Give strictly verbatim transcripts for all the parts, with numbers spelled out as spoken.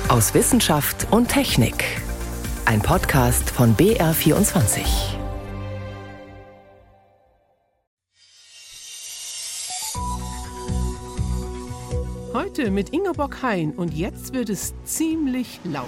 aus Wissenschaft und Technik. Ein Podcast von B R vierundzwanzig. Heute mit Ingeborg Hein und jetzt wird es ziemlich laut.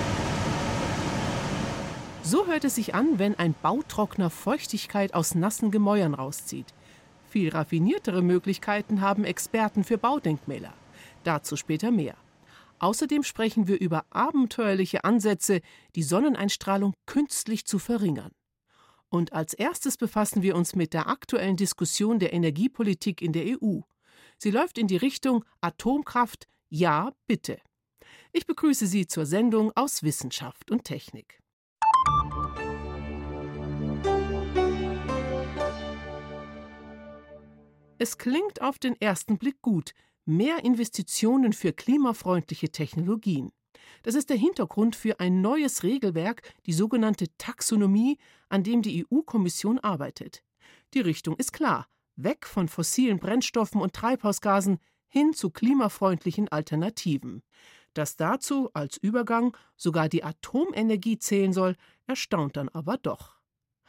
So hört es sich an, wenn ein Bautrockner Feuchtigkeit aus nassen Gemäuern rauszieht. Viel raffiniertere Möglichkeiten haben Experten für Baudenkmäler. Dazu später mehr. Außerdem sprechen wir über abenteuerliche Ansätze, die Sonneneinstrahlung künstlich zu verringern. Und als erstes befassen wir uns mit der aktuellen Diskussion der Energiepolitik in der E U. Sie läuft in die Richtung Atomkraft, ja, bitte. Ich begrüße Sie zur Sendung aus Wissenschaft und Technik. Es klingt auf den ersten Blick gut. Mehr Investitionen für klimafreundliche Technologien. Das ist der Hintergrund für ein neues Regelwerk, die sogenannte Taxonomie, an dem die E U-Kommission arbeitet. Die Richtung ist klar: weg von fossilen Brennstoffen und Treibhausgasen hin zu klimafreundlichen Alternativen. Dass dazu als Übergang sogar die Atomenergie zählen soll, erstaunt dann aber doch.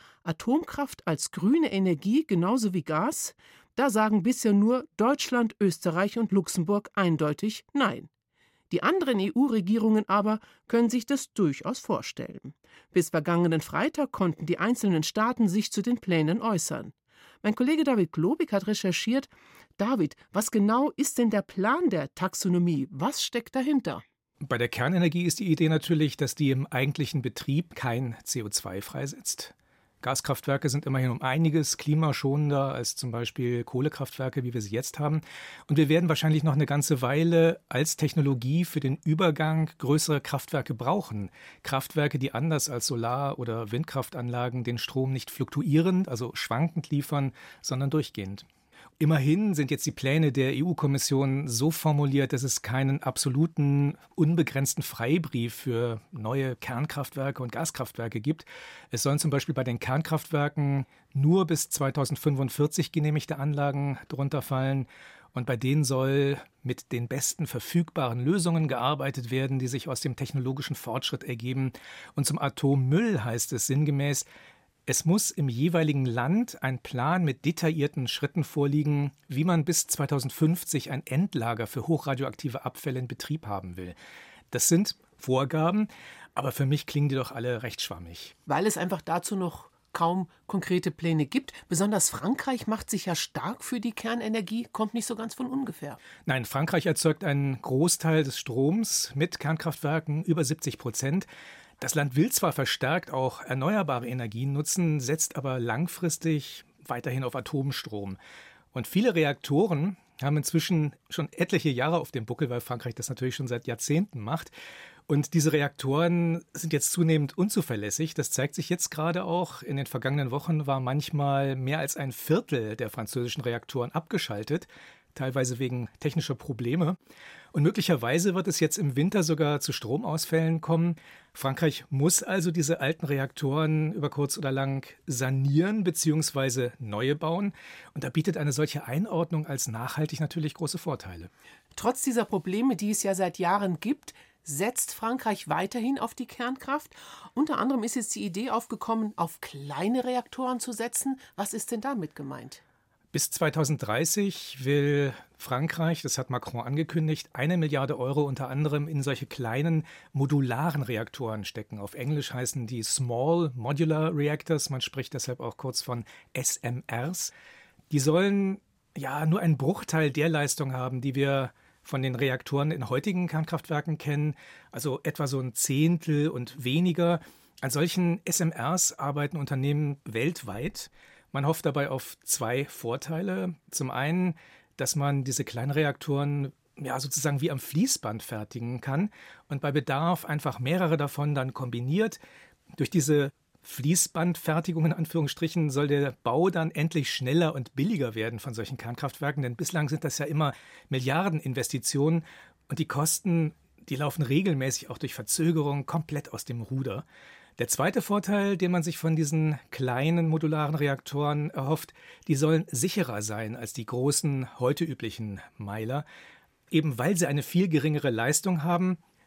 Atomkraft als grüne Energie genauso wie Gas? Da sagen bisher nur Deutschland, Österreich und Luxemburg eindeutig Nein. Die anderen E U-Regierungen aber können sich das durchaus vorstellen. Bis vergangenen Freitag konnten die einzelnen Staaten sich zu den Plänen äußern. Mein Kollege David Globig hat recherchiert. David, was genau ist denn der Plan der Taxonomie? Was steckt dahinter? Bei der Kernenergie ist die Idee natürlich, dass die im eigentlichen Betrieb kein C O zwei freisetzt. Gaskraftwerke sind immerhin um einiges klimaschonender als zum Beispiel Kohlekraftwerke, wie wir sie jetzt haben. Und wir werden wahrscheinlich noch eine ganze Weile als Technologie für den Übergang größere Kraftwerke brauchen. Kraftwerke, die anders als Solar- oder Windkraftanlagen den Strom nicht fluktuierend, also schwankend liefern, sondern durchgehend. Immerhin sind jetzt die Pläne der E U-Kommission so formuliert, dass es keinen absoluten, unbegrenzten Freibrief für neue Kernkraftwerke und Gaskraftwerke gibt. Es sollen zum Beispiel bei den Kernkraftwerken nur bis zweitausendfünfundvierzig genehmigte Anlagen drunter fallen. Und bei denen soll mit den besten verfügbaren Lösungen gearbeitet werden, die sich aus dem technologischen Fortschritt ergeben. Und zum Atommüll heißt es sinngemäß: Es muss im jeweiligen Land ein Plan mit detaillierten Schritten vorliegen, wie man bis zweitausendfünfzig ein Endlager für hochradioaktive Abfälle in Betrieb haben will. Das sind Vorgaben, aber für mich klingen die doch alle recht schwammig. Weil es einfach dazu noch kaum konkrete Pläne gibt. Besonders Frankreich macht sich ja stark für die Kernenergie, kommt nicht so ganz von ungefähr. Nein, Frankreich erzeugt einen Großteil des Stroms mit Kernkraftwerken, über siebzig Prozent. Das Land will zwar verstärkt auch erneuerbare Energien nutzen, setzt aber langfristig weiterhin auf Atomstrom. Und viele Reaktoren haben inzwischen schon etliche Jahre auf dem Buckel, weil Frankreich das natürlich schon seit Jahrzehnten macht. Und diese Reaktoren sind jetzt zunehmend unzuverlässig. Das zeigt sich jetzt gerade auch. In den vergangenen Wochen war manchmal mehr als ein Viertel der französischen Reaktoren abgeschaltet, teilweise wegen technischer Probleme. Und möglicherweise wird es jetzt im Winter sogar zu Stromausfällen kommen. Frankreich muss also diese alten Reaktoren über kurz oder lang sanieren bzw. neue bauen. Und da bietet eine solche Einordnung als nachhaltig natürlich große Vorteile. Trotz dieser Probleme, die es ja seit Jahren gibt, setzt Frankreich weiterhin auf die Kernkraft. Unter anderem ist jetzt die Idee aufgekommen, auf kleine Reaktoren zu setzen. Was ist denn damit gemeint? Bis zweitausenddreißig will Frankreich, das hat Macron angekündigt, eine Milliarde Euro unter anderem in solche kleinen modularen Reaktoren stecken. Auf Englisch heißen die Small Modular Reactors, man spricht deshalb auch kurz von S M Rs. Die sollen ja nur einen Bruchteil der Leistung haben, die wir von den Reaktoren in heutigen Kernkraftwerken kennen, also etwa so ein Zehntel und weniger. An solchen S M Rs arbeiten Unternehmen weltweit. Man hofft dabei auf zwei Vorteile. Zum einen, dass man diese kleinen Reaktoren ja sozusagen wie am Fließband fertigen kann und bei Bedarf einfach mehrere davon dann kombiniert. Durch diese Fließbandfertigung in Anführungsstrichen soll der Bau dann endlich schneller und billiger werden von solchen Kernkraftwerken, denn bislang sind das ja immer Milliardeninvestitionen und die Kosten, die laufen regelmäßig auch durch Verzögerung komplett aus dem Ruder. Der zweite Vorteil, den man sich von diesen kleinen modularen Reaktoren erhofft, die sollen sicherer sein als die großen, heute üblichen Meiler, eben weil sie eine viel geringere Leistung haben,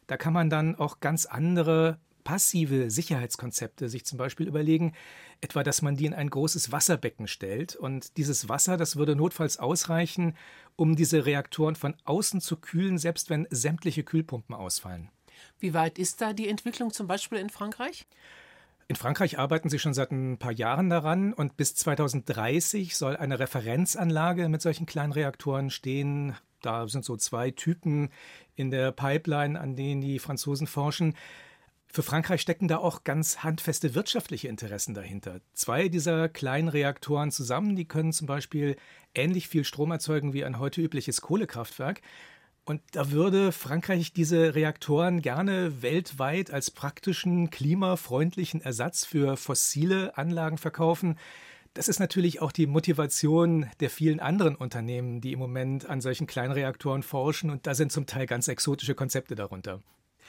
Da kann man dann auch ganz andere passive Sicherheitskonzepte sich zum Beispiel überlegen, etwa, dass man die in ein großes Wasserbecken stellt und dieses Wasser, das würde notfalls ausreichen, um diese Reaktoren von außen zu kühlen, selbst wenn sämtliche Kühlpumpen ausfallen. Wie weit ist da die Entwicklung zum Beispiel in Frankreich? In Frankreich arbeiten sie schon seit ein paar Jahren daran und bis zweitausenddreißig soll eine Referenzanlage mit solchen kleinen Reaktoren stehen. Da sind so zwei Typen in der Pipeline, an denen die Franzosen forschen. Für Frankreich stecken da auch ganz handfeste wirtschaftliche Interessen dahinter. Zwei dieser kleinen Reaktoren zusammen, die können zum Beispiel ähnlich viel Strom erzeugen wie ein heute übliches Kohlekraftwerk. Und da würde Frankreich diese Reaktoren gerne weltweit als praktischen, klimafreundlichen Ersatz für fossile Anlagen verkaufen. Das ist natürlich auch die Motivation der vielen anderen Unternehmen, die im Moment an solchen Kleinreaktoren forschen. Und da sind zum Teil ganz exotische Konzepte darunter.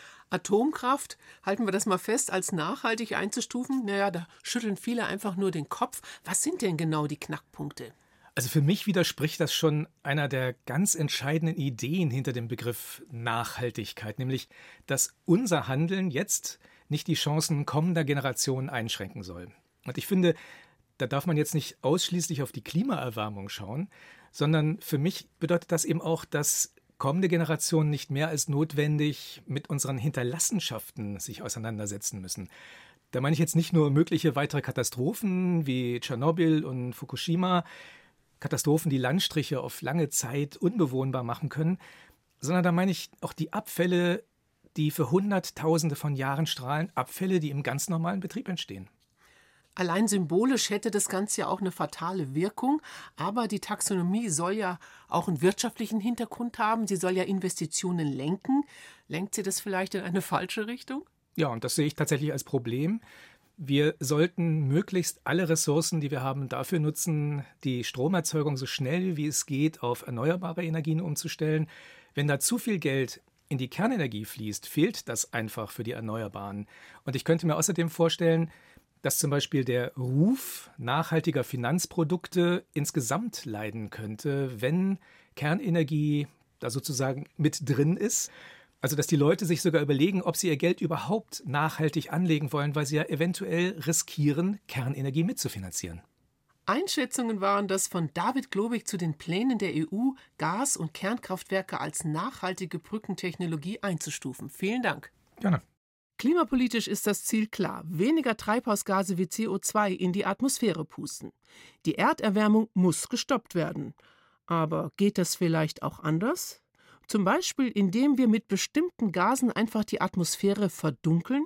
Atomkraft, halten wir das mal fest, als nachhaltig einzustufen? Naja, da schütteln viele einfach nur den Kopf. Was sind denn genau die Knackpunkte? Also für mich widerspricht das schon einer der ganz entscheidenden Ideen hinter dem Begriff Nachhaltigkeit, nämlich, dass unser Handeln jetzt nicht die Chancen kommender Generationen einschränken soll. Und ich finde, da darf man jetzt nicht ausschließlich auf die Klimaerwärmung schauen, sondern für mich bedeutet das eben auch, dass kommende Generationen nicht mehr als notwendig mit unseren Hinterlassenschaften sich auseinandersetzen müssen. Da meine ich jetzt nicht nur mögliche weitere Katastrophen wie Tschernobyl und Fukushima, Katastrophen, die Landstriche auf lange Zeit unbewohnbar machen können, sondern da meine ich auch die Abfälle, die für Hunderttausende von Jahren strahlen, Abfälle, die im ganz normalen Betrieb entstehen. Allein symbolisch hätte das Ganze ja auch eine fatale Wirkung, aber die Taxonomie soll ja auch einen wirtschaftlichen Hintergrund haben, sie soll ja Investitionen lenken. Lenkt sie das vielleicht in eine falsche Richtung? Ja, und das sehe ich tatsächlich als Problem. Wir sollten möglichst alle Ressourcen, die wir haben, dafür nutzen, die Stromerzeugung so schnell wie es geht auf erneuerbare Energien umzustellen. Wenn da zu viel Geld in die Kernenergie fließt, fehlt das einfach für die Erneuerbaren. Und ich könnte mir außerdem vorstellen, dass zum Beispiel der Ruf nachhaltiger Finanzprodukte insgesamt leiden könnte, wenn Kernenergie da sozusagen mit drin ist. Also dass die Leute sich sogar überlegen, ob sie ihr Geld überhaupt nachhaltig anlegen wollen, weil sie ja eventuell riskieren, Kernenergie mitzufinanzieren. Einschätzungen waren das von David Globig zu den Plänen der E U, Gas- und Kernkraftwerke als nachhaltige Brückentechnologie einzustufen. Vielen Dank. Gerne. Klimapolitisch ist das Ziel klar: weniger Treibhausgase wie C O zwei in die Atmosphäre pusten. Die Erderwärmung muss gestoppt werden. Aber geht das vielleicht auch anders? Zum Beispiel, indem wir mit bestimmten Gasen einfach die Atmosphäre verdunkeln?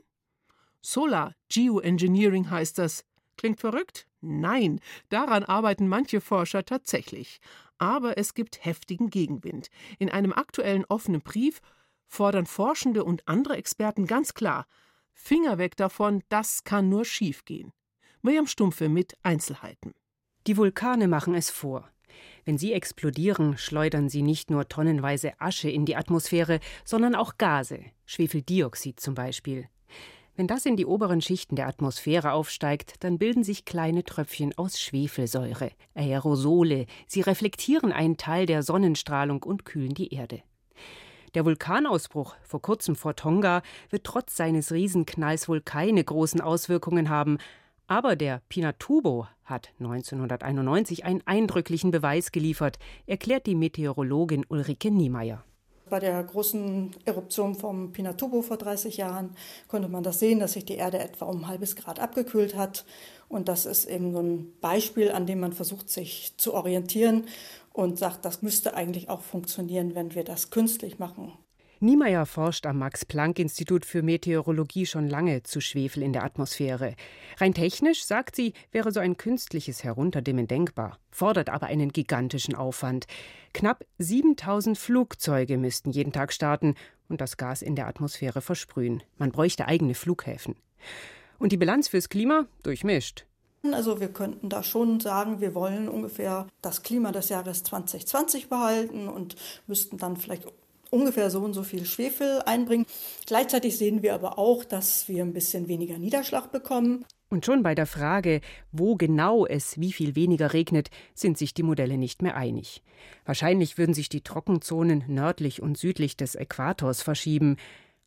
Solar Geoengineering heißt das. Klingt verrückt? Nein, daran arbeiten manche Forscher tatsächlich. Aber es gibt heftigen Gegenwind. In einem aktuellen offenen Brief fordern Forschende und andere Experten ganz klar: Finger weg davon, das kann nur schiefgehen. Mirjam Stumpfe mit Einzelheiten. Die Vulkane machen es vor. Wenn sie explodieren, schleudern sie nicht nur tonnenweise Asche in die Atmosphäre, sondern auch Gase, Schwefeldioxid zum Beispiel. Wenn das in die oberen Schichten der Atmosphäre aufsteigt, dann bilden sich kleine Tröpfchen aus Schwefelsäure, Aerosole. Sie reflektieren einen Teil der Sonnenstrahlung und kühlen die Erde. Der Vulkanausbruch vor kurzem vor Tonga wird trotz seines Riesenknalls wohl keine großen Auswirkungen haben. Aber der Pinatubo hat neunzehnhunderteinundneunzig einen eindrücklichen Beweis geliefert, erklärt die Meteorologin Ulrike Niemeyer. Bei der großen Eruption vom Pinatubo vor dreißig Jahren konnte man das sehen, dass sich die Erde etwa um ein halbes Grad abgekühlt hat. Und das ist eben so ein Beispiel, an dem man versucht, sich zu orientieren und sagt, das müsste eigentlich auch funktionieren, wenn wir das künstlich machen. Niemeyer forscht am Max-Planck-Institut für Meteorologie schon lange zu Schwefel in der Atmosphäre. Rein technisch, sagt sie, wäre so ein künstliches Herunterdimmen denkbar, fordert aber einen gigantischen Aufwand. Knapp siebentausend Flugzeuge müssten jeden Tag starten und das Gas in der Atmosphäre versprühen. Man bräuchte eigene Flughäfen. Und die Bilanz fürs Klima? Durchmischt. Also wir könnten da schon sagen, wir wollen ungefähr das Klima des Jahres zwanzig zwanzig behalten und müssten dann vielleicht ungefähr so und so viel Schwefel einbringen. Gleichzeitig sehen wir aber auch, dass wir ein bisschen weniger Niederschlag bekommen. Und schon bei der Frage, wo genau es wie viel weniger regnet, sind sich die Modelle nicht mehr einig. Wahrscheinlich würden sich die Trockenzonen nördlich und südlich des Äquators verschieben.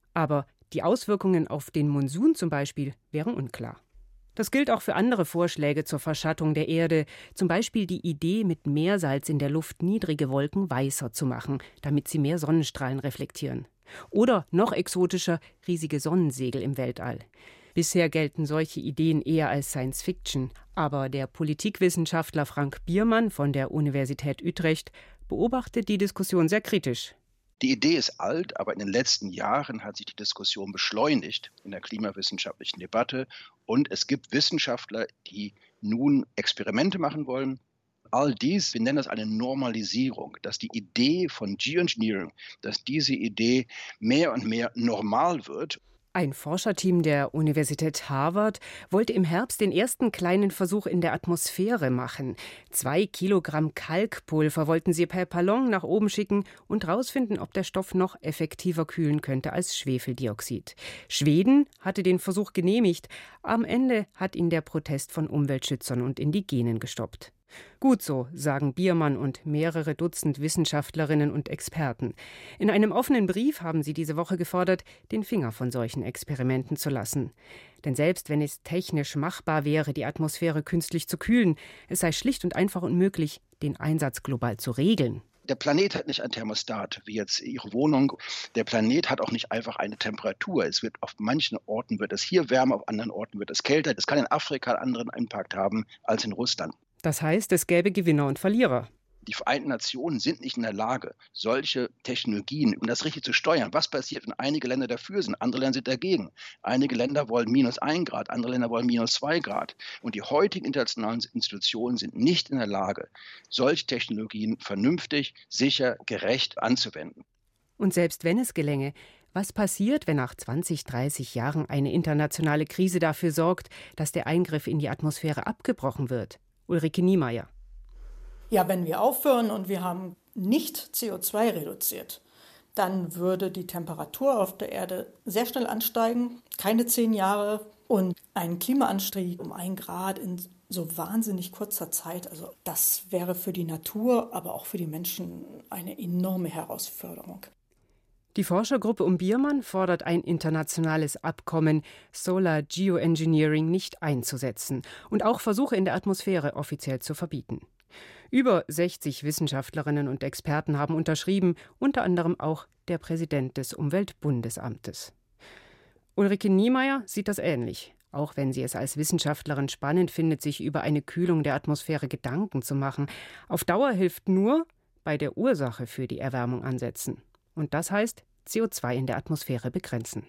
Aber die Auswirkungen auf den Monsun zum Beispiel wären unklar. Das gilt auch für andere Vorschläge zur Verschattung der Erde, zum Beispiel die Idee, mit Meersalz in der Luft niedrige Wolken weißer zu machen, damit sie mehr Sonnenstrahlen reflektieren. Oder noch exotischer, riesige Sonnensegel im Weltall. Bisher gelten solche Ideen eher als Science-Fiction, aber der Politikwissenschaftler Frank Biermann von der Universität Utrecht beobachtet die Diskussion sehr kritisch. Die Idee ist alt, aber in den letzten Jahren hat sich die Diskussion beschleunigt in der klimawissenschaftlichen Debatte. Und es gibt Wissenschaftler, die nun Experimente machen wollen. All dies, wir nennen das eine Normalisierung, dass die Idee von Geoengineering, dass diese Idee mehr und mehr normal wird. Ein Forscherteam der Universität Harvard wollte im Herbst den ersten kleinen Versuch in der Atmosphäre machen. Zwei Kilogramm Kalkpulver wollten sie per Ballon nach oben schicken und herausfinden, ob der Stoff noch effektiver kühlen könnte als Schwefeldioxid. Schweden hatte den Versuch genehmigt. Am Ende hat ihn der Protest von Umweltschützern und Indigenen gestoppt. Gut so, sagen Biermann und mehrere Dutzend Wissenschaftlerinnen und Experten. In einem offenen Brief haben sie diese Woche gefordert, den Finger von solchen Experimenten zu lassen. Denn selbst wenn es technisch machbar wäre, die Atmosphäre künstlich zu kühlen, es sei schlicht und einfach unmöglich, den Einsatz global zu regeln. Der Planet hat nicht ein Thermostat, wie jetzt Ihre Wohnung. Der Planet hat auch nicht einfach eine Temperatur. Es wird auf manchen Orten wird es hier wärmer, auf anderen Orten wird es kälter. Das kann in Afrika einen anderen Impact haben als in Russland. Das heißt, es gäbe Gewinner und Verlierer. Die Vereinten Nationen sind nicht in der Lage, solche Technologien, um das richtig zu steuern. Was passiert, wenn einige Länder dafür sind, andere Länder sind dagegen? Einige Länder wollen minus ein Grad, andere Länder wollen minus zwei Grad. Und die heutigen internationalen Institutionen sind nicht in der Lage, solche Technologien vernünftig, sicher, gerecht anzuwenden. Und selbst wenn es gelänge, was passiert, wenn nach zwanzig, dreißig Jahren eine internationale Krise dafür sorgt, dass der Eingriff in die Atmosphäre abgebrochen wird? Ulrike Niemeyer. Ja, wenn wir aufhören und wir haben nicht C O zwei reduziert, dann würde die Temperatur auf der Erde sehr schnell ansteigen, keine zehn Jahre. Und ein Klimaanstieg um ein Grad in so wahnsinnig kurzer Zeit, also das wäre für die Natur, aber auch für die Menschen eine enorme Herausforderung. Die Forschergruppe um Biermann fordert ein internationales Abkommen, Solar Geoengineering nicht einzusetzen und auch Versuche in der Atmosphäre offiziell zu verbieten. Über sechzig Wissenschaftlerinnen und Experten haben unterschrieben, unter anderem auch der Präsident des Umweltbundesamtes. Ulrike Niemeyer sieht das ähnlich, auch wenn sie es als Wissenschaftlerin spannend findet, sich über eine Kühlung der Atmosphäre Gedanken zu machen. Auf Dauer hilft nur, bei der Ursache für die Erwärmung ansetzen. Und das heißt, C O zwei in der Atmosphäre begrenzen.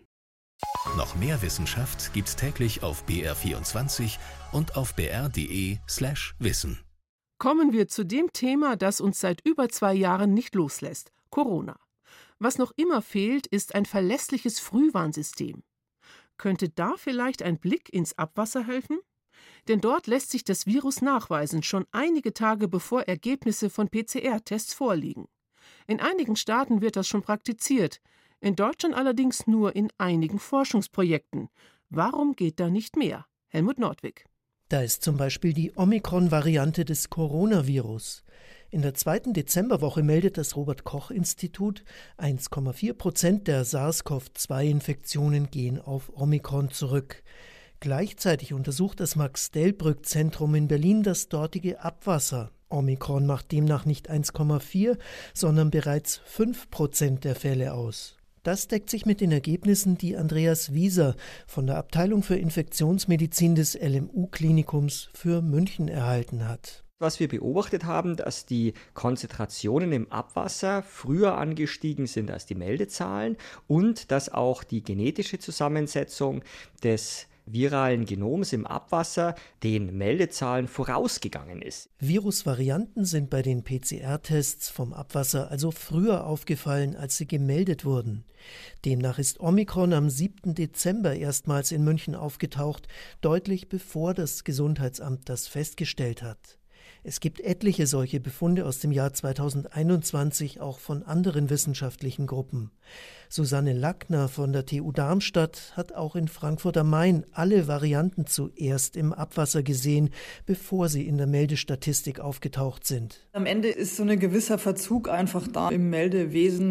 Noch mehr Wissenschaft gibt's täglich auf B R vierundzwanzig und auf b r punkt d e slash wissen. Kommen wir zu dem Thema, das uns seit über zwei Jahren nicht loslässt: Corona. Was noch immer fehlt, ist ein verlässliches Frühwarnsystem. Könnte da vielleicht ein Blick ins Abwasser helfen? Denn dort lässt sich das Virus nachweisen, schon einige Tage bevor Ergebnisse von P C R-Tests vorliegen. In einigen Staaten wird das schon praktiziert, in Deutschland allerdings nur in einigen Forschungsprojekten. Warum geht da nicht mehr? Helmut Nordwig. Da ist zum Beispiel die Omikron-Variante des Coronavirus. In der zweiten Dezemberwoche meldet das Robert-Koch-Institut, eins Komma vier Prozent der SARS-C o V zwei Infektionen gehen auf Omikron zurück. Gleichzeitig untersucht das Max-Delbrück-Zentrum in Berlin das dortige Abwasser. Omikron macht demnach nicht eins Komma vier, sondern bereits fünf Prozent der Fälle aus. Das deckt sich mit den Ergebnissen, die Andreas Wieser von der Abteilung für Infektionsmedizin des L M U-Klinikums für München erhalten hat. Was wir beobachtet haben, dass die Konzentrationen im Abwasser früher angestiegen sind als die Meldezahlen und dass auch die genetische Zusammensetzung des viralen Genoms im Abwasser den Meldezahlen vorausgegangen ist. Virusvarianten sind bei den P C R-Tests vom Abwasser also früher aufgefallen, als sie gemeldet wurden. Demnach ist Omikron am siebten Dezember erstmals in München aufgetaucht, deutlich bevor das Gesundheitsamt das festgestellt hat. Es gibt etliche solche Befunde aus dem Jahr zweitausendeinundzwanzig, auch von anderen wissenschaftlichen Gruppen. Susanne Lackner von der T U Darmstadt hat auch in Frankfurt am Main alle Varianten zuerst im Abwasser gesehen, bevor sie in der Meldestatistik aufgetaucht sind. Am Ende ist so ein gewisser Verzug einfach da im Meldewesen.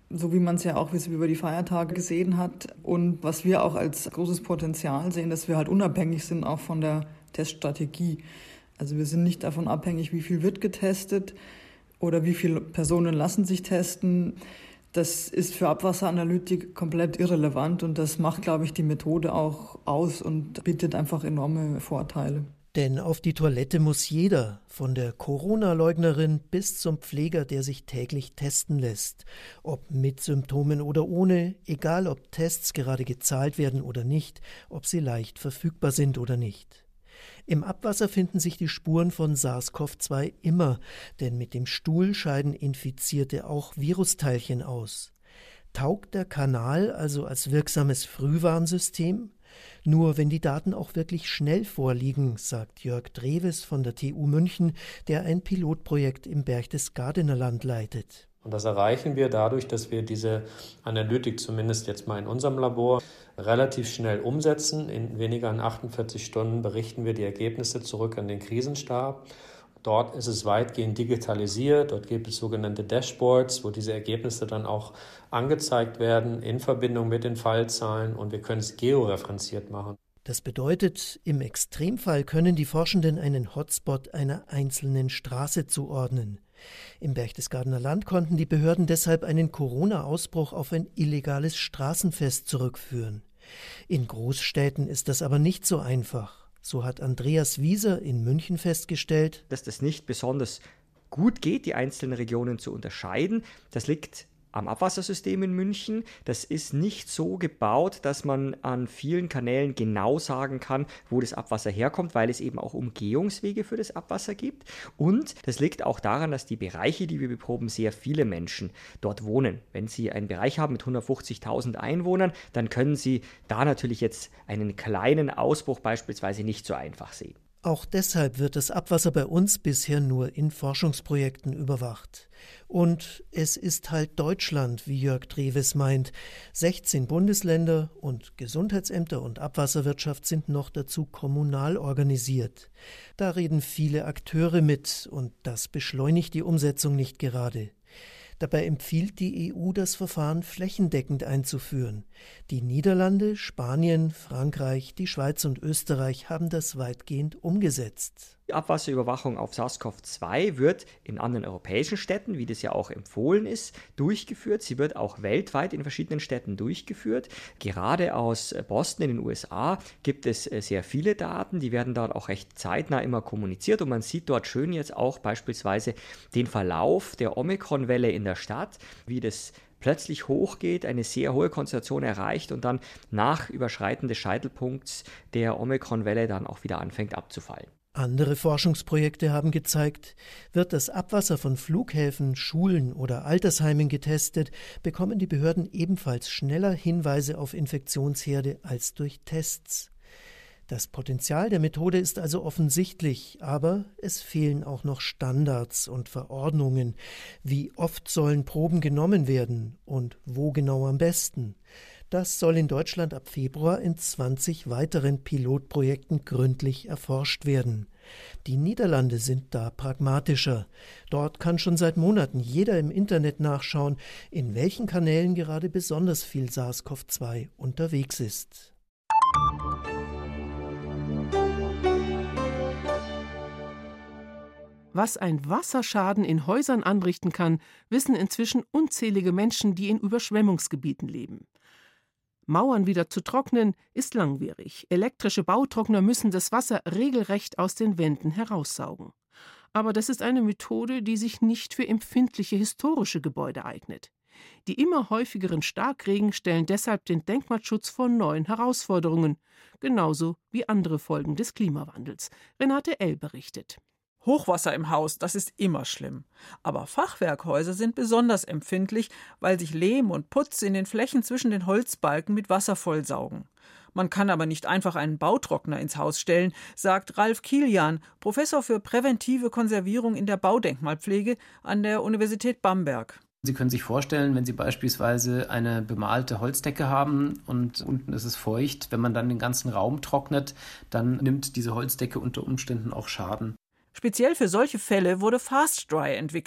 so wie man es ja auch wie über die Feiertage gesehen hat. Und was wir auch als großes Potenzial sehen, dass wir halt unabhängig sind auch von der Teststrategie. Also wir sind nicht davon abhängig, wie viel wird getestet oder wie viele Personen lassen sich testen. Das ist für Abwasseranalytik komplett irrelevant und das macht, glaube ich, die Methode auch aus und bietet einfach enorme Vorteile. Denn auf die Toilette muss jeder, von der Corona-Leugnerin bis zum Pfleger, der sich täglich testen lässt. Ob mit Symptomen oder ohne, egal ob Tests gerade gezahlt werden oder nicht, ob sie leicht verfügbar sind oder nicht. Im Abwasser finden sich die Spuren von SARS-C o V zwei immer, denn mit dem Stuhl scheiden Infizierte auch Virusteilchen aus. Taugt der Kanal also als wirksames Frühwarnsystem? Nur wenn die Daten auch wirklich schnell vorliegen, sagt Jörg Drewes von der T U München, der ein Pilotprojekt im Berchtesgadener Land leitet. Und das erreichen wir dadurch, dass wir diese Analytik, zumindest jetzt mal in unserem Labor, relativ schnell umsetzen. In weniger als achtundvierzig Stunden berichten wir die Ergebnisse zurück an den Krisenstab. Dort ist es weitgehend digitalisiert. Dort gibt es sogenannte Dashboards, wo diese Ergebnisse dann auch angezeigt werden in Verbindung mit den Fallzahlen und wir können es georeferenziert machen. Das bedeutet, im Extremfall können die Forschenden einen Hotspot einer einzelnen Straße zuordnen. Im Berchtesgadener Land konnten die Behörden deshalb einen Corona-Ausbruch auf ein illegales Straßenfest zurückführen. In Großstädten ist das aber nicht so einfach. So hat Andreas Wieser in München festgestellt, dass das nicht besonders gut geht, die einzelnen Regionen zu unterscheiden. Das liegt am Abwassersystem in München. Das ist nicht so gebaut, dass man an vielen Kanälen genau sagen kann, wo das Abwasser herkommt, weil es eben auch Umgehungswege für das Abwasser gibt. Und das liegt auch daran, dass die Bereiche, die wir beproben, sehr viele Menschen dort wohnen. Wenn Sie einen Bereich haben mit hundertfünfzigtausend Einwohnern, dann können Sie da natürlich jetzt einen kleinen Ausbruch beispielsweise nicht so einfach sehen. Auch deshalb wird das Abwasser bei uns bisher nur in Forschungsprojekten überwacht. Und es ist halt Deutschland, wie Jörg Drewes meint. sechzehn Bundesländer und Gesundheitsämter und Abwasserwirtschaft sind noch dazu kommunal organisiert. Da reden viele Akteure mit und das beschleunigt die Umsetzung nicht gerade. Dabei empfiehlt die E U, das Verfahren flächendeckend einzuführen. Die Niederlande, Spanien, Frankreich, die Schweiz und Österreich haben das weitgehend umgesetzt. Die Abwasserüberwachung auf SARS-C o V zwei wird in anderen europäischen Städten, wie das ja auch empfohlen ist, durchgeführt. Sie wird auch weltweit in verschiedenen Städten durchgeführt. Gerade aus Boston in den U S A gibt es sehr viele Daten, die werden dort auch recht zeitnah immer kommuniziert und man sieht dort schön jetzt auch beispielsweise den Verlauf der Omikron-Welle in der Stadt, wie das plötzlich hochgeht, eine sehr hohe Konzentration erreicht und dann nach Überschreiten des Scheitelpunkts der Omikron-Welle dann auch wieder anfängt abzufallen. Andere Forschungsprojekte haben gezeigt, wird das Abwasser von Flughäfen, Schulen oder Altersheimen getestet, bekommen die Behörden ebenfalls schneller Hinweise auf Infektionsherde als durch Tests. Das Potenzial der Methode ist also offensichtlich, aber es fehlen auch noch Standards und Verordnungen. Wie oft sollen Proben genommen werden und wo genau am besten? Das soll in Deutschland ab Februar in zwanzig weiteren Pilotprojekten gründlich erforscht werden. Die Niederlande sind da pragmatischer. Dort kann schon seit Monaten jeder im Internet nachschauen, in welchen Kanälen gerade besonders viel SARS-C o V zwei unterwegs ist. Was ein Wasserschaden in Häusern anrichten kann, wissen inzwischen unzählige Menschen, die in Überschwemmungsgebieten leben. Mauern wieder zu trocknen, ist langwierig. Elektrische Bautrockner müssen das Wasser regelrecht aus den Wänden heraussaugen. Aber das ist eine Methode, die sich nicht für empfindliche historische Gebäude eignet. Die immer häufigeren Starkregen stellen deshalb den Denkmalschutz vor neuen Herausforderungen, genauso wie andere Folgen des Klimawandels. Renate L. berichtet. Hochwasser im Haus, das ist immer schlimm. Aber Fachwerkhäuser sind besonders empfindlich, weil sich Lehm und Putz in den Flächen zwischen den Holzbalken mit Wasser vollsaugen. Man kann aber nicht einfach einen Bautrockner ins Haus stellen, sagt Ralf Kilian, Professor für präventive Konservierung in der Baudenkmalpflege an der Universität Bamberg. Sie können sich vorstellen, wenn Sie beispielsweise eine bemalte Holzdecke haben und unten ist es feucht, wenn man dann den ganzen Raum trocknet, dann nimmt diese Holzdecke unter Umständen auch Schaden. Speziell für solche Fälle wurde Fast Dry entwickelt.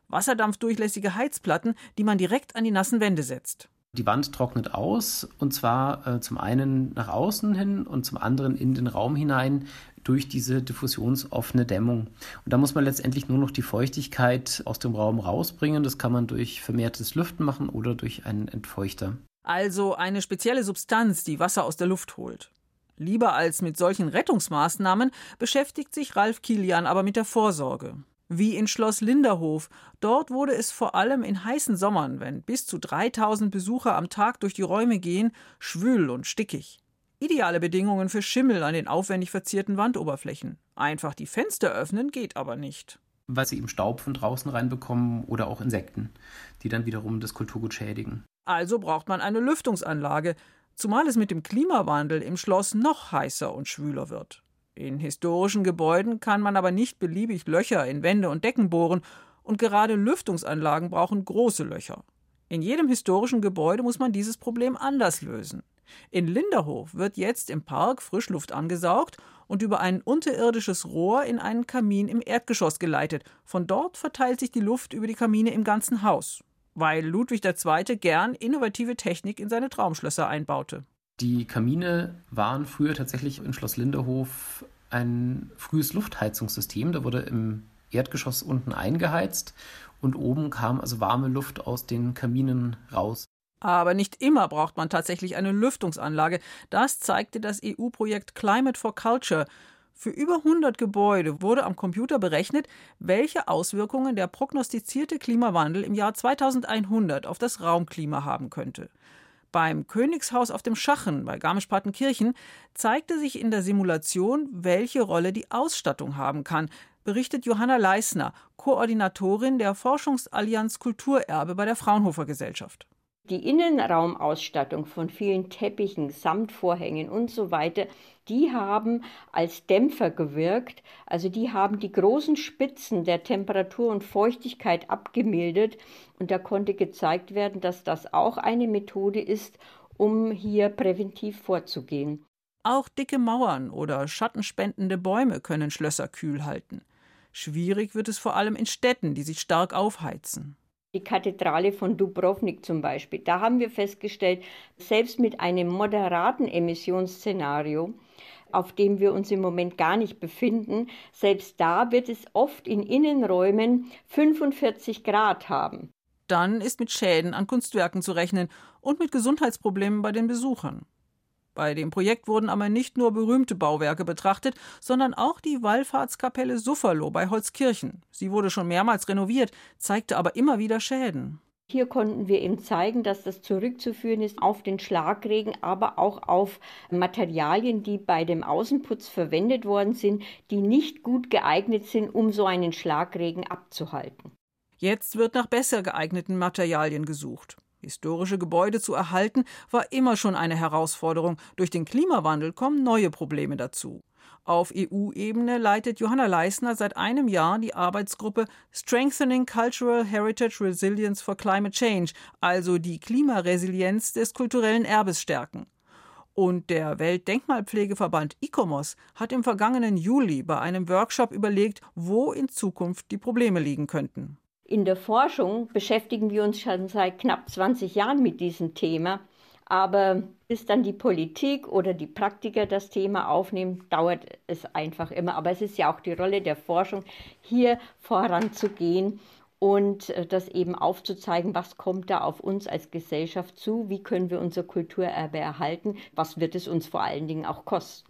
wasserdampfdurchlässige Heizplatten, die man direkt an die nassen Wände setzt. Die Wand trocknet aus, und zwar äh, zum einen nach außen hin und zum anderen in den Raum hinein durch diese diffusionsoffene Dämmung. Und da muss man letztendlich nur noch die Feuchtigkeit aus dem Raum rausbringen. Das kann man durch vermehrtes Lüften machen oder durch einen Entfeuchter. Also eine spezielle Substanz, die Wasser aus der Luft holt. Lieber als mit solchen Rettungsmaßnahmen beschäftigt sich Ralf Kilian aber mit der Vorsorge. Wie in Schloss Linderhof. Dort wurde es vor allem in heißen Sommern, wenn bis zu dreitausend Besucher am Tag durch die Räume gehen, schwül und stickig. Ideale Bedingungen für Schimmel an den aufwendig verzierten Wandoberflächen. Einfach die Fenster öffnen geht aber nicht. Weil sie eben Staub von draußen reinbekommen oder auch Insekten, die dann wiederum das Kulturgut schädigen. Also braucht man eine Lüftungsanlage, zumal es mit dem Klimawandel im Schloss noch heißer und schwüler wird. In historischen Gebäuden kann man aber nicht beliebig Löcher in Wände und Decken bohren, und gerade Lüftungsanlagen brauchen große Löcher. In jedem historischen Gebäude muss man dieses Problem anders lösen. In Linderhof wird jetzt im Park Frischluft angesaugt und über ein unterirdisches Rohr in einen Kamin im Erdgeschoss geleitet. Von dort verteilt sich die Luft über die Kamine im ganzen Haus, weil Ludwig der Zweite gern innovative Technik in seine Traumschlösser einbaute. Die Kamine waren früher tatsächlich in Schloss Linderhof ein frühes Luftheizungssystem. Da wurde im Erdgeschoss unten eingeheizt und oben kam also warme Luft aus den Kaminen raus. Aber nicht immer braucht man tatsächlich eine Lüftungsanlage. Das zeigte das E U-Projekt Climate for Culture. Für über hundert Gebäude wurde am Computer berechnet, welche Auswirkungen der prognostizierte Klimawandel im Jahr zweitausendeinhundert auf das Raumklima haben könnte. Beim Königshaus auf dem Schachen bei Garmisch-Partenkirchen zeigte sich in der Simulation, welche Rolle die Ausstattung haben kann, berichtet Johanna Leisner, Koordinatorin der Forschungsallianz Kulturerbe bei der Fraunhofer Gesellschaft. Die Innenraumausstattung von vielen Teppichen, Samtvorhängen und so weiter, die haben als Dämpfer gewirkt. Also die haben die großen Spitzen der Temperatur und Feuchtigkeit abgemildert. Und da konnte gezeigt werden, dass das auch eine Methode ist, um hier präventiv vorzugehen. Auch dicke Mauern oder schattenspendende Bäume können Schlösser kühl halten. Schwierig wird es vor allem in Städten, die sich stark aufheizen. Die Kathedrale von Dubrovnik zum Beispiel, da haben wir festgestellt, selbst mit einem moderaten Emissionsszenario, auf dem wir uns im Moment gar nicht befinden, selbst da wird es oft in Innenräumen fünfundvierzig Grad haben. Dann ist mit Schäden an Kunstwerken zu rechnen und mit Gesundheitsproblemen bei den Besuchern. Bei dem Projekt wurden aber nicht nur berühmte Bauwerke betrachtet, sondern auch die Wallfahrtskapelle Sufferloh bei Holzkirchen. Sie wurde schon mehrmals renoviert, zeigte aber immer wieder Schäden. Hier konnten wir eben zeigen, dass das zurückzuführen ist auf den Schlagregen, aber auch auf Materialien, die bei dem Außenputz verwendet worden sind, die nicht gut geeignet sind, um so einen Schlagregen abzuhalten. Jetzt wird nach besser geeigneten Materialien gesucht. Historische Gebäude zu erhalten, war immer schon eine Herausforderung. Durch den Klimawandel kommen neue Probleme dazu. Auf E U-Ebene leitet Johanna Leisner seit einem Jahr die Arbeitsgruppe Strengthening Cultural Heritage Resilience for Climate Change, also die Klimaresilienz des kulturellen Erbes stärken. Und der Weltdenkmalpflegeverband I C O M O S hat im vergangenen Juli bei einem Workshop überlegt, wo in Zukunft die Probleme liegen könnten. In der Forschung beschäftigen wir uns schon seit knapp zwanzig Jahren mit diesem Thema. Aber bis dann die Politik oder die Praktiker das Thema aufnehmen, dauert es einfach immer. Aber es ist ja auch die Rolle der Forschung, hier voranzugehen und das eben aufzuzeigen, was kommt da auf uns als Gesellschaft zu, wie können wir unser Kulturerbe erhalten, was wird es uns vor allen Dingen auch kosten.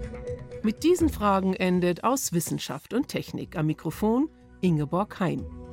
Mit diesen Fragen endet Aus Wissenschaft und Technik am Mikrofon Ingeborg Hein.